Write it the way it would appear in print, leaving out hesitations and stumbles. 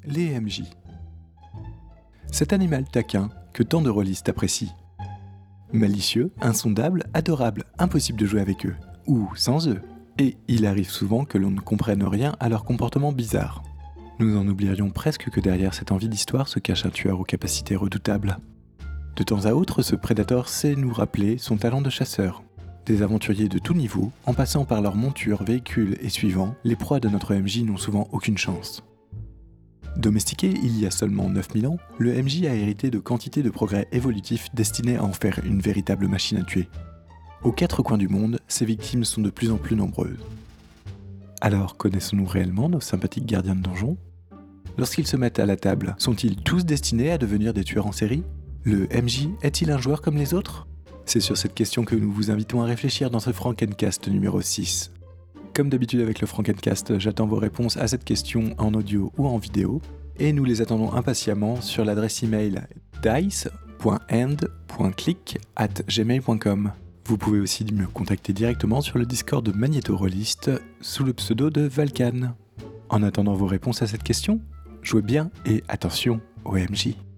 les MJ. Cet animal taquin que tant de rôlistes apprécient. Malicieux, insondables, adorables, impossible de jouer avec eux, ou sans eux. Et il arrive souvent que l'on ne comprenne rien à leur comportement bizarre. Nous en oublierions presque que derrière cette envie d'histoire se cache un tueur aux capacités redoutables. De temps à autre, ce prédateur sait nous rappeler son talent de chasseur. Des aventuriers de tout niveau, en passant par leurs montures, véhicules et suivants, les proies de notre MJ n'ont souvent aucune chance. Domestiqué il y a seulement 9000 ans, le MJ a hérité de quantités de progrès évolutifs destinés à en faire une véritable machine à tuer. Aux quatre coins du monde, ses victimes sont de plus en plus nombreuses. Alors, connaissons-nous réellement nos sympathiques gardiens de donjons ? Lorsqu'ils se mettent à la table, sont-ils tous destinés à devenir des tueurs en série ? Le MJ est-il un joueur comme les autres ? C'est sur cette question que nous vous invitons à réfléchir dans ce Frankencast numéro 6. Comme d'habitude avec le Frankencast, j'attends vos réponses à cette question en audio ou en vidéo, et nous les attendons impatiemment sur l'adresse email dice.end.click@gmail.com. Vous pouvez aussi me contacter directement sur le Discord de Magneto Rollist sous le pseudo de Valkan. En attendant vos réponses à cette question, jouez bien et attention au MJ.